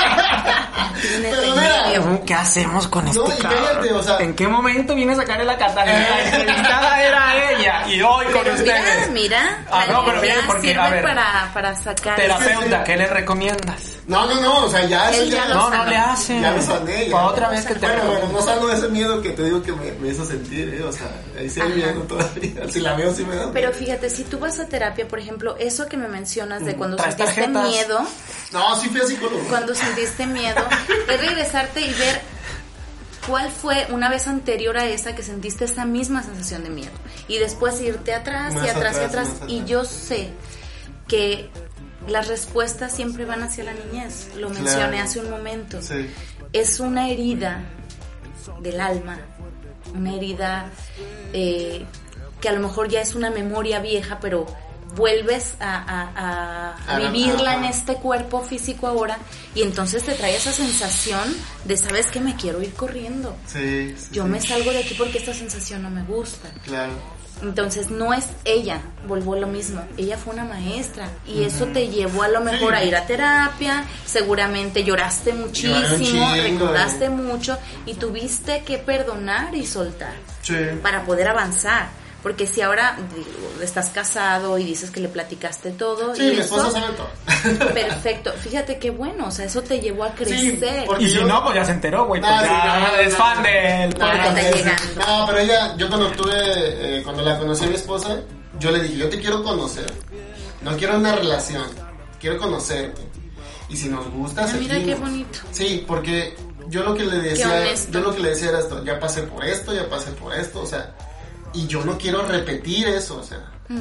Tienes Pero en mira, medio. ¿Qué hacemos con este No, y cabrón? cállate, o sea- ¿En qué momento viene a sacarle la catarina? La entrevistada era ella y hoy con Pero mira, ustedes. mira, Ah, la no, pero idea bien, porque, sirve a ver. para, para sacar... Terapeuta, ¿qué le recomiendas? No, no, no, o sea, ya eso Él ya ya, lo No, no sanó. le hace. ya lo sané. Ya. Pa' otra vez que te Bueno, veo. bueno, no sano ese miedo que te digo que me, me hizo sentir, eh, o sea, ahí sí hay Ajá. miedo todavía. Si la veo sí me da. Pero fíjate, si tú vas a terapia, por ejemplo, eso que me mencionas de cuando ¿Traes sentiste tarjetas? miedo, No, sí fui a psicólogo. cuando sentiste miedo, es regresarte y ver cuál fue una vez anterior a esa que sentiste esa misma sensación de miedo. Y después irte atrás Más y atrás y atrás, atrás. más atrás. Y yo sé que las respuestas siempre van hacia la niñez. Lo Claro. mencioné hace un momento. Sí. Es una herida del alma, una herida eh, que a lo mejor ya es una memoria vieja, pero vuelves a, a- a- a A- vivirla ajá. en este cuerpo físico ahora y entonces te trae esa sensación de, ¿sabes qué? Me quiero ir corriendo. Sí, sí, Yo sí. me salgo de aquí porque esta sensación no me gusta. Claro. Entonces no es ella, vuelvo a lo mismo, ella fue una maestra y eso te llevó a lo mejor Sí. a ir a terapia, seguramente lloraste muchísimo, Lloré un chingo, recordaste eh. mucho y tuviste que perdonar y soltar Sí. para poder avanzar. Porque si ahora digo, estás casado y dices que le platicaste todo Sí, y mi eso, esposa sabe todo. perfecto, fíjate qué bueno, o sea, eso te llevó a crecer. porque Y si yo- no, pues ya se enteró, güey. No, Pues sí, ya no, no, es no. fan del No, podcast. Está no, llegando. no, pero ella, yo cuando tuve, eh, cuando la conocí a mi esposa, yo le dije, yo te quiero conocer. No quiero una relación, quiero conocerte. Y si nos gusta, Ah, mira seguimos. qué bonito. Sí, porque yo lo que le Qué decía, honesto. yo lo que le decía era esto, ya pasé por esto, ya pasé por esto, o sea, y yo no quiero repetir eso, o sea,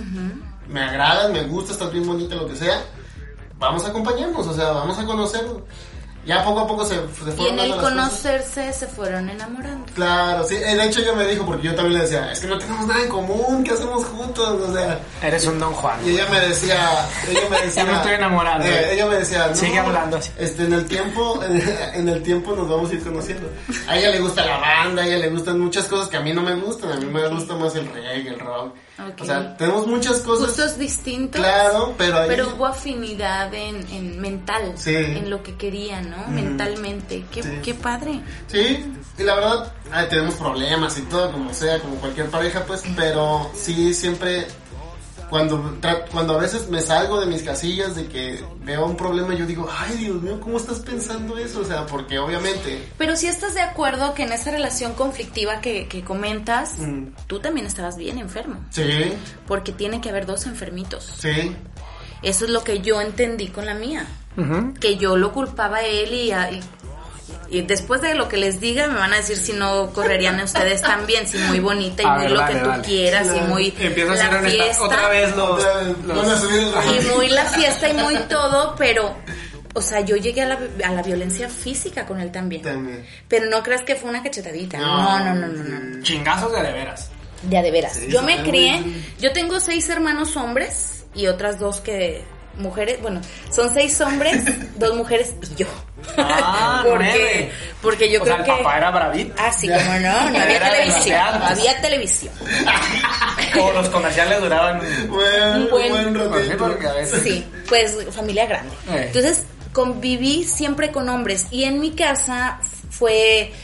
me agradas, me gusta, estás bien bonita, lo que sea, vamos a acompañarnos, o sea, vamos a conocernos. Ya poco a poco se, se fueron Y en el dando las cosas. conocerse se fueron enamorando. Claro, sí, eh, de hecho ella me dijo, porque yo también le decía, es que no tenemos nada en común, ¿qué hacemos juntos? O sea, Eres un Don Juan. y ella me decía, ella me decía, Ya me estoy enamorando. eh, ella me decía, no, Sigue hablando así. Este, en el tiempo, en el tiempo nos vamos a ir conociendo. A ella le gusta la banda, a ella le gustan muchas cosas que a mí no me gustan, a mí me gusta más el reggae, el rock. Okay. O sea, tenemos muchas cosas. Gustos distintos. Claro, pero ahí... Pero hubo afinidad en, en mental, sí. en lo que quería, ¿no? Mm. Mentalmente. Qué, sí. qué padre. Sí, y la verdad, ay, tenemos problemas y todo, como sea, como cualquier pareja, pues, pero sí, siempre... Cuando, tra- cuando a veces me salgo de mis casillas de que veo un problema, yo digo, ay, Dios mío, ¿cómo estás pensando eso? O sea, porque obviamente... Pero si estás de acuerdo que en esa relación conflictiva que, que comentas, mm. tú también estabas bien enfermo. Sí. Porque tiene que haber dos enfermitos. Sí. Eso es lo que yo entendí con la mía. Uh-huh. Que yo lo culpaba a él y... A, y Y después de lo que les diga me van a decir si no correrían a ustedes también, si muy bonita y a muy ver, lo vale, que tú vale. quieras no. y muy Empieza la a ser fiesta otra vez los, los... y muy la fiesta y muy todo, pero o sea, yo llegué a la, a la violencia física con él también. también. Pero no creas que fue una cachetadita. No, no, no, no, no. no. Chingazos de a de veras. De a de veras. Sí, yo me crié, yo tengo seis hermanos hombres y otras dos que mujeres, bueno, son seis hombres, dos mujeres y yo. Ah, porque, porque yo o creo sea, el que papá era bravito. Ah, sí, como no, no había televisión, no había televisión. O los comerciales duraban buen, un buen, buen ratito. Sí, pues familia grande. Eh. Entonces conviví siempre con hombres y en mi casa fue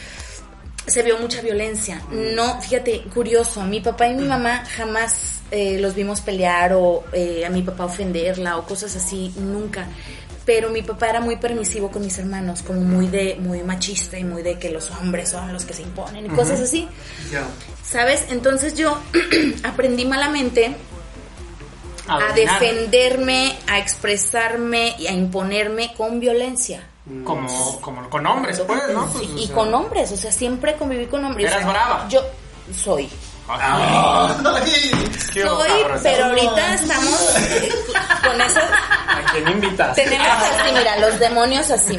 se vio mucha violencia. No, fíjate, curioso, mi papá y mi mamá jamás eh, los vimos pelear o eh, a mi papá ofenderla o cosas así, nunca. Pero mi papá era muy permisivo con mis hermanos, como muy de muy machista y muy de que los hombres son los que se imponen y uh-huh. cosas así. Yeah. ¿Sabes? Entonces yo aprendí malamente a, a defenderme, a expresarme y a imponerme con violencia. Como, como con hombres, pues, ¿no? Pues, sí, y sea... con hombres, o sea, siempre conviví con hombres. ¿Eras o sea, brava? Yo soy. Ah, soy, pero ahorita estamos eh, con eso. ¿A quién invitas? Tenemos así, mira, los demonios así.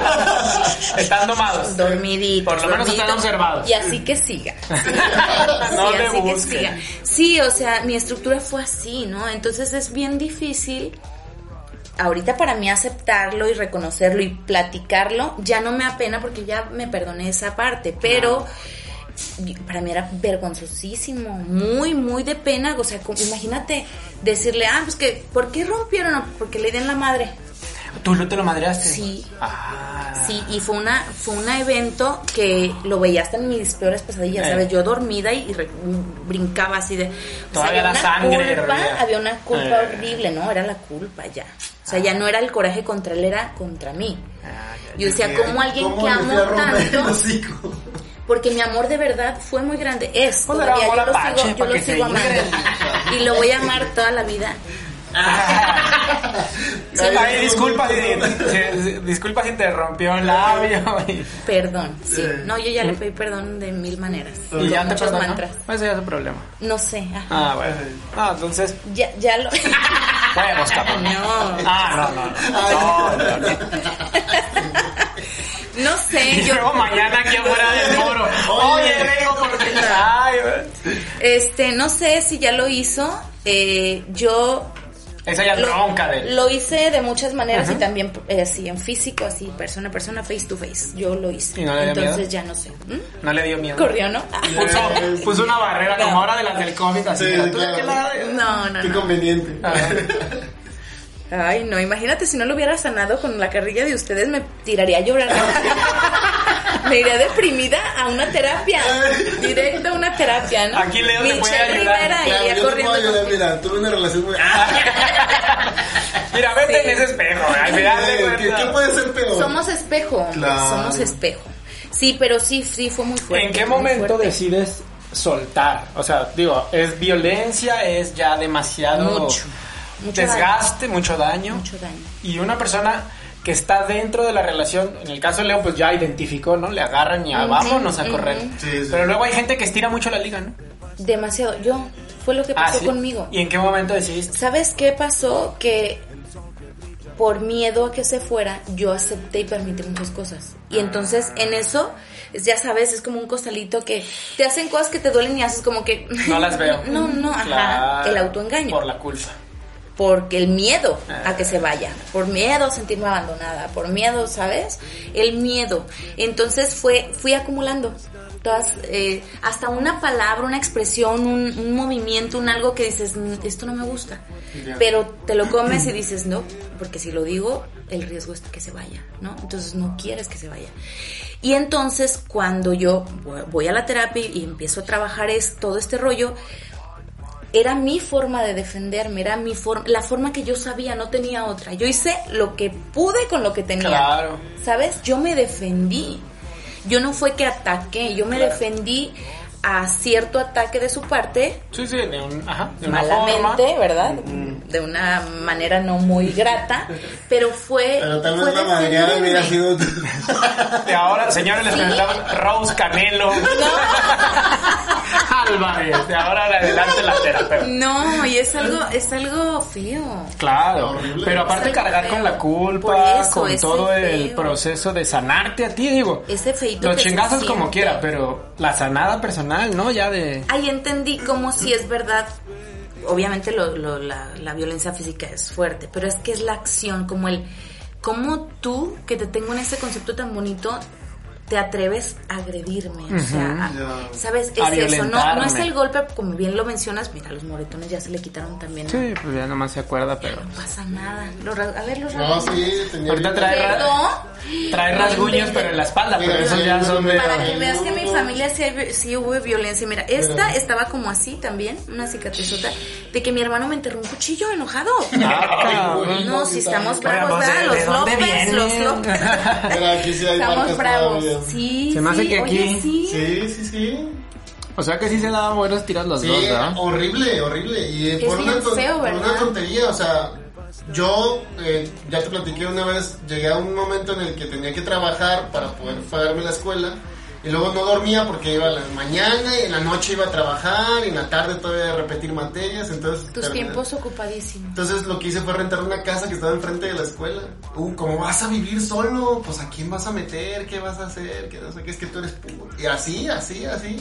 Están domados. Dormiditos. Por lo menos dormiditos, están observados. Y así que siga. Sí, no sí, me así busquen. que siga. Sí, o sea, mi estructura fue así, ¿no? Entonces es bien difícil ahorita para mí aceptarlo y reconocerlo y platicarlo. Ya no me apena porque ya me perdoné esa parte, pero... para mí era vergonzosísimo, muy, muy de pena, o sea, como, imagínate decirle, ah, pues que, ¿por qué rompieron? No, porque le den la madre. ¿Tú no te lo madreaste? Sí, ah. sí, y fue una, fue un evento que lo veía hasta en mis peores pesadillas, eh. ¿sabes? Yo dormida y, y re, brincaba así de... Todavía o sea, la sangre. Culpa, había una culpa eh. horrible, ¿no? Era la culpa ya. O sea, ya no era el coraje contra él, era contra mí. Ah, yo decía, ¿cómo alguien que amo tanto... Porque mi amor de verdad fue muy grande. Es, pues todavía yo lo Pache, sigo, yo lo sigo amando. Y lo voy a amar toda la vida. Sí, ay, disculpa, si, disculpa si te rompió el labio. Y... Perdón, sí. No, yo ya le pedí perdón de mil maneras. Y ya te muchos perdonó. mantras. Ese ya es su problema. No sé. Ajá. Ah, bueno. Ah, entonces. Ya, ya lo. Huevos, cabrón. No. Ah, no, no. No, no, no. No sé. Y yo... luego mañana aquí afuera del foro. Oye, vengo porque. Ay, este, no sé si ya lo hizo. Eh, yo. Esa ya lo, ronca de él. Lo hice de muchas maneras. Uh-huh. Y también eh, así en físico, así persona a persona, face to face. Yo lo hice. ¿Y no le dio Entonces miedo? ya no sé. ¿Mm? No le dio miedo. Corrió, ¿no? Puso, puso una barrera no. como ahora de las del COVID. Así. Sí, Mira, claro. la... No, no, Qué no. conveniente. Ay, no, imagínate si no lo hubiera sanado con la carrilla de ustedes, me tiraría a llorar. Me iría deprimida a una terapia. Directo a una terapia, ¿no? Aquí Leo te puede ayudar. Rivera claro, iría yo corriendo. te puedo ayudar, mira, tuve una relación muy... Mira, vete Sí. en ese espejo. Al final de ¿Qué, cuentas. ¿Qué puede ser peor? Somos espejo, Claro. somos espejo. Sí, pero sí, sí, fue muy fuerte. ¿En qué muy momento fuerte. decides soltar? O sea, digo, ¿es violencia? ¿Es ya demasiado Mucho, mucho desgaste, daño. mucho daño? Mucho daño. Y una persona que está dentro de la relación, en el caso de Leo, pues ya identificó, ¿no? Le agarran y a Uh-huh, vámonos a correr. uh-huh. Sí, sí. Pero luego hay gente que estira mucho la liga, ¿no? Demasiado. Yo, fue lo que Ah, pasó ¿sí? conmigo. ¿Y en qué momento decidiste? ¿Sabes qué pasó? Que por miedo a que se fuera, yo acepté y permití muchas cosas. Y entonces, en eso, ya sabes, es como un costalito que te hacen cosas que te duelen y haces como que... No las veo. No, no, Claro. ajá, el autoengaño. Por la culpa. Porque el miedo a que se vaya, por miedo a sentirme abandonada, por miedo, ¿sabes? El miedo. Entonces fue, fui acumulando, todas, eh, hasta una palabra, una expresión, un, un movimiento, un algo que dices, esto no me gusta, yeah. pero te lo comes y dices, no, porque si lo digo, el riesgo es que se vaya, ¿no? Entonces no quieres que se vaya. Y entonces cuando yo voy a la terapia y empiezo a trabajar es, todo este rollo, era mi forma de defenderme, era mi forma, la forma que yo sabía, no tenía otra. Yo hice lo que pude con lo que tenía. Claro. ¿Sabes? Yo me defendí. Yo no fue que ataqué, yo me claro. defendí a cierto ataque de su parte. Sí, sí, de, un, ajá, de una malamente, forma. ¿verdad? Mm. De una manera no muy grata, pero fue. Pero tal vez la madreada hubiera sido. Y ahora, señores, les presentamos Rose Canelo. Álvarez, de ahora en adelante la terapeuta. No, y es algo, es algo feo. Claro, horrible. Pero aparte cargar feo. Con la culpa, eso, con todo feo. El proceso de sanarte a ti, digo. Ese feito. Los chingazos como quiera, pero la sanada personal, ¿no? Ya de. Ahí entendí como si es verdad. Obviamente lo, lo, la, la violencia física es fuerte, pero es que es la acción, como el, como tú, que te tengo en ese concepto tan bonito, te atreves a agredirme, uh-huh. o sea, a, ¿sabes? Es eso, no, no es el golpe, como bien lo mencionas, mira, los moretones ya se le quitaron también. Sí, pues ya nomás se acuerda, pero... No pasa nada, los, a ver los rasguños. No, sí, tenía... Ahorita trae, ra- trae rasguños, pero en la espalda, mira, pero esos ya son de... Para que veas que en mi familia sí, hay, sí hubo violencia, mira, esta estaba como así también, una cicatrizota, de que mi hermano me enterró un cuchillo enojado. Ah, no, si estamos bravos, ¿verdad? Los López, los López. Estamos bravos. Sí, se me hace sí, que aquí oye, sí. sí, sí, sí. O sea que sí se daban buenos tiros los sí, dos, ¿verdad? horrible, horrible. Y es por, una, feo, por una tontería, o sea, yo eh, ya te platiqué una vez, llegué a un momento en el que tenía que trabajar para poder pagarme la escuela. Y luego no dormía porque iba a la mañana y en la noche iba a trabajar y en la tarde todavía a repetir materias, entonces... Tus terminé. Tiempos ocupadísimos. Entonces lo que hice fue rentar una casa que estaba enfrente de la escuela. Uh, ¿cómo vas a vivir solo? Pues ¿a quién vas a meter? ¿Qué vas a hacer? ¿Qué no sé qué? Es que tú eres puro. Y así, así, así.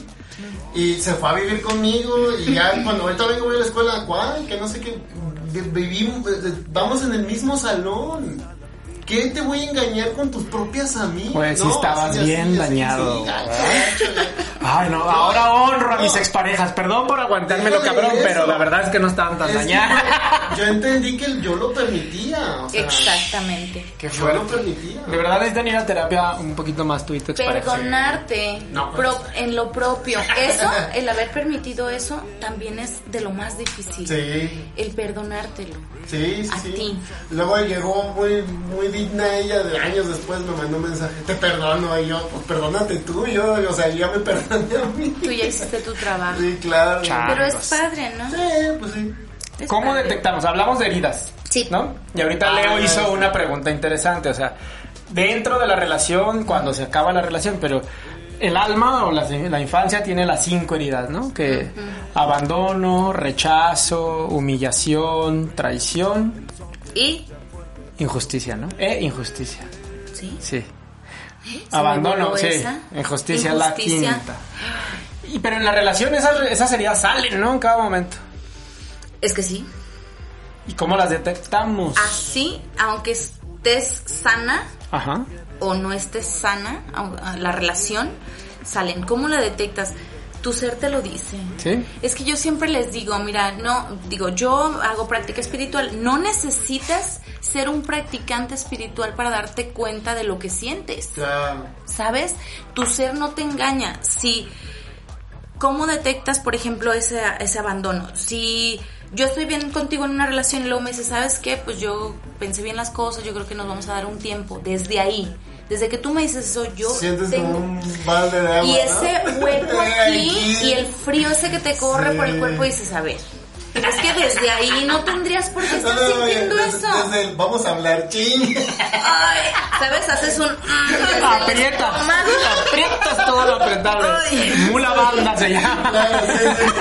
Y se fue a vivir conmigo y ya cuando ahorita vengo voy a la escuela, ¿cuál? Que no sé qué... Vivimos, vamos en el mismo salón. ¿Qué te voy a engañar con tus propias amigas? Pues no, si estabas así, bien así, dañado. Así, así, Ay, no, ahora honro a mis exparejas. Perdón por aguantármelo, cabrón, eso. Pero la verdad es que no estaban tan es dañadas. Yo entendí que yo lo permitía. O sea, exactamente. Que yo lo permitía. De verdad necesitan ir a terapia un poquito más tu y tu expareja. Perdonarte no, pues. pro, en lo propio. Eso, el haber permitido eso, también es de lo más difícil. Sí. El perdonártelo. Sí, sí, a sí. ti. Luego llegó muy, muy digna ella, de años después me mandó un mensaje, te perdono, y yo, pues perdónate tú, yo, o sea, yo ya me perdoné a mí. Tú ya hiciste tu trabajo. Sí, claro. Changos. Pero es padre, ¿no? Sí, pues sí. Es ¿Cómo padre. detectamos? Hablamos de heridas, sí. ¿no? Y ahorita ah, Leo hizo una pregunta interesante, o sea, dentro de la relación, cuando se acaba la relación, pero... El alma o la, la infancia tiene las cinco heridas, ¿no? Que uh-huh. abandono, rechazo, humillación, traición y injusticia, ¿no? E injusticia. Sí. Sí. Abandono, sí. Esa? Injusticia es la quinta. Y pero en la relación esas, esas heridas salen, ¿no? En cada momento. Es que sí. ¿Y cómo las detectamos? Así, aunque estés sana. Ajá. O no estés sana, la relación, salen. ¿Cómo la detectas? Tu ser te lo dice. ¿Sí? Es que yo siempre les digo, mira, no, digo, yo hago práctica espiritual. No necesitas ser un practicante espiritual para darte cuenta de lo que sientes. Claro. ¿Sabes? Tu ser no te engaña. Si, ¿cómo detectas, por ejemplo, ese, ese abandono? Si... yo estoy bien contigo en una relación y luego me dices, ¿sabes qué? Pues yo pensé bien las cosas, yo creo que nos vamos a dar un tiempo. Desde ahí, desde que tú me dices eso, yo sientes tengo... como un balde de agua, y ese ¿no? hueco aquí y el frío ese que te corre sí. por el cuerpo y dices, a ver, es que desde ahí no tendrías por qué estar no, no, sintiendo desde, eso. Desde el, vamos a hablar, ching. Ay, ¿sabes? Haces un... Aprietas, aprietas todo lo apretable. Ay. Mula banda se llama. Claro, sí,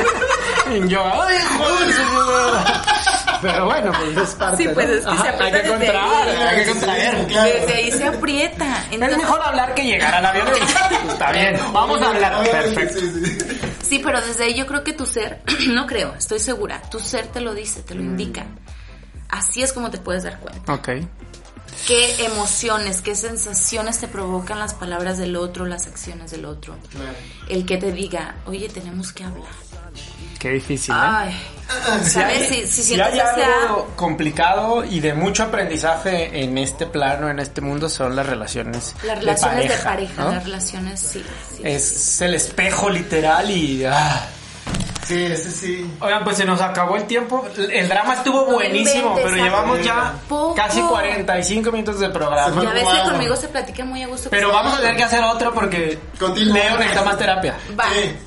sí. Yo, ay, joder. Pero bueno, pues es parte. Sí, pues es que Ajá, se aprieta hay que contraer, desde hay que contraer. Claro. Desde ahí se aprieta. Entonces, es mejor hablar que llegar a la violencia. Está bien, vamos a hablar. Perfecto. Sí, sí. Sí, pero desde ahí yo creo que tu ser, no creo, estoy segura, tu ser te lo dice, te lo indica. Así es como te puedes dar cuenta. Ok. qué emociones, qué sensaciones te provocan las palabras del otro, las acciones del otro. Claro. El que te diga, oye, tenemos que hablar. Qué difícil, ¿eh? Ay, ¿sabes? Si, si Si sientes hay ese... algo complicado y de mucho aprendizaje en este plano, en este mundo, son las relaciones Las relaciones de pareja, de pareja, ¿no? las relaciones, sí. sí Es sí. el espejo literal y... ah. Sí, ese sí. Oigan, pues se nos acabó el tiempo. El drama estuvo No buenísimo, inventes, pero llevamos ya poco. casi cuarenta y cinco minutos de programa. Ya ves que Wow. conmigo se platica muy a gusto. Pero vamos a tener que hacer otro porque Contigo. Leo necesita más terapia. Va. Sí.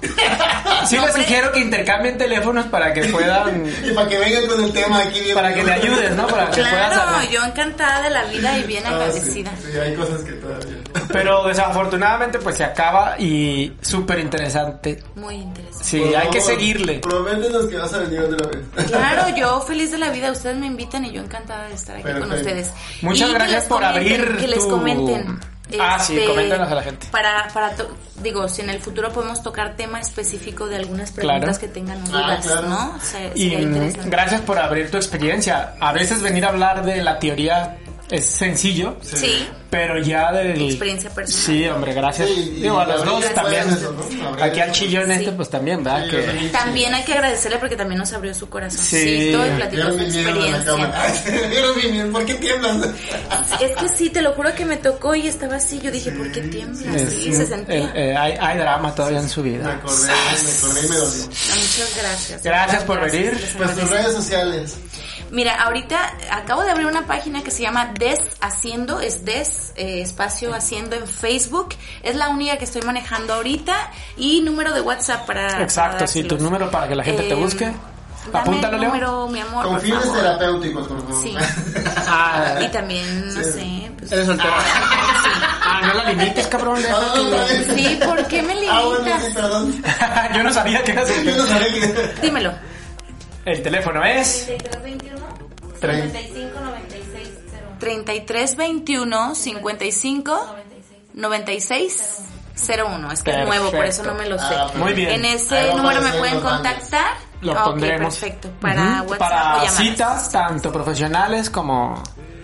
Sí les Hombre. sugiero que intercambien teléfonos para que puedan... Y para que vengan con el tema aquí bien. para que le ayudes, ¿no? Para que puedas Claro, hablar. yo encantada de la vida y bien Ah, sí, agradecida. sí, hay cosas que todavía. Pero desafortunadamente pues se acaba y súper interesante. Muy interesante. Sí, Por hay que favor, seguirle. Prométenos que vas a venir otra vez. Claro, yo feliz de la vida, ustedes me invitan y yo encantada de estar aquí Perfecto. con ustedes. Muchas Y que gracias les por comenten, abrir que les tu- comenten. Ah, sí, coméntanos a la gente. Para, para to- digo, si en el futuro podemos tocar tema específico de algunas preguntas Claro. que tengan Ah, dudas, claro. ¿no? Se- Y sería mm, interesante. gracias por abrir tu experiencia. A veces venir a hablar de la teoría es sencillo, Sí, pero ya del... experiencia personal. Sí, hombre, gracias. Sí, y Digo, a los abrir dos después también. eso, ¿no? Abrir Aquí al después. chillón Sí. este, pues también, ¿verdad? Sí, Que... sí. También hay que agradecerle porque también nos abrió su corazoncito Sí. y platicó Vieron su mi miedo en la cámara. experiencia. Vieron mi miedo. ¿Por qué tiemblas? Es que sí, te lo juro que me tocó y estaba así. Yo dije, ¿por qué tiembla? es- Sí, se sentía. el- eh, hay, hay drama todavía en su Me vida. acordé, me acordé y me dolió. No, muchas gracias. Gracias por Gracias, venir. les Pues tus agradezco. redes sociales. Mira, ahorita acabo de abrir una página que se llama Deshaciendo, es Des, eh, espacio haciendo en Facebook. Es la única que estoy manejando ahorita. Y número de WhatsApp para... Exacto, para sí, tu dárselos. número para que la gente te Eh, busque. Dame Apúntalo, el Leo. número, mi amor, Con por fines favor. terapéuticos, por favor. Sí. Ah, Y también, no Sí. sé, pues... eres soltera. Ah, no la limites, cabrón. deja Ah, que- otra vez. Sí, ¿por qué me Ah, bueno, sí, limitas? perdón. Yo no sabía que eras Yo no soltera. sabía que... Dímelo. El teléfono es... treinta y tres veintiuno, Tre- cincuenta y cinco noventa y seis cero uno. treinta y tres veintiuno, cincuenta y cinco noventa y seis cero uno. Es que es nuevo, por eso no me lo sé. Ah, Muy bien. En Ahí ese va a número me aparecer pueden los datos. contactar. Lo Ok, pondremos. perfecto. Para Ujú, WhatsApp o para llamadas. citas, tanto profesionales como...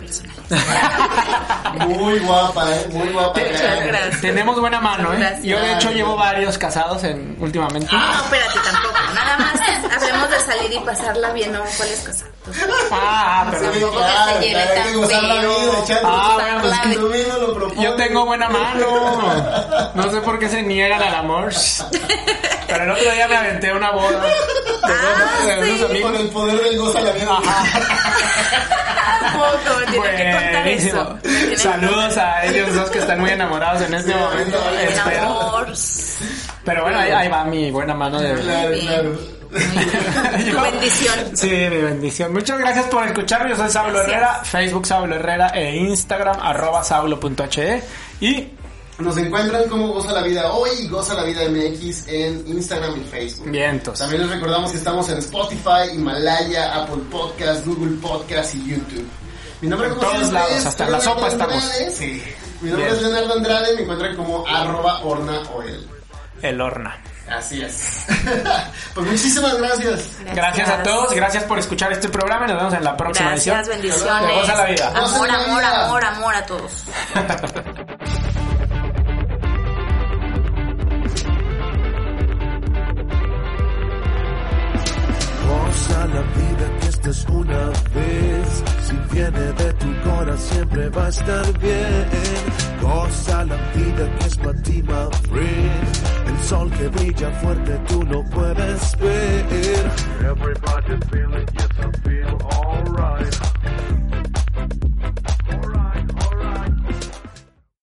Muy guapa, eh, muy guapa. Muchas eh. gracias. Tenemos buena mano, ¿eh? Gracias. Yo de hecho llevo varios casados en últimamente. No, espérate tampoco. Nada más hablemos de salir y pasarla bien, no cuáles cosas. Ah, Sí, pero Tampoco que claro, se lleve claro, hay tan que gozar la feo. vida, echando. Ah, bueno, pues que- Tú mismo lo propones. yo tengo buena mano. No sé por qué se niegan al amor. Pero el otro día me aventé una boda de dos, de sí. unos amigos. Con el poder del goza la vida. Tampoco, me tiene que contar Buenísimo. eso. Me tiene que Saludos a ellos dos que están muy enamorados en este Sí, momento. sí, contar. Espero. Amor. Pero bueno, ahí, ahí va mi buena mano de... Claro, bien. claro. Tu bendición. Sí, mi bendición. Muchas gracias por escucharme. Yo soy Saulo Gracias. Herrera, Facebook Saulo Herrera e Instagram arroba saulo.he. Y Nos encuentran como Goza la Vida Hoy y Goza la Vida M X en Instagram y Facebook. vientos. También les recordamos que estamos en Spotify, Himalaya, Apple Podcast, Google Podcast y YouTube. Mi nombre En como todos siempre lados, es hasta en la Leonardo sopa estamos. Andrade. Sí. Mi nombre Bien. es Leonardo Andrade, me encuentran como arroba orna oel. El horna. Así es. Pues muchísimas gracias. Gracias a todos, gracias por escuchar este programa y nos vemos en la próxima Gracias, edición. bendiciones. De Goza la Vida. Goza Amor, la amor, vida. amor, amor a todos. Goza la vida que esta es una vez. Si viene de tu corazón siempre va a estar bien. Goza la vida que es para ti, my friend. El sol que brilla fuerte tú lo puedes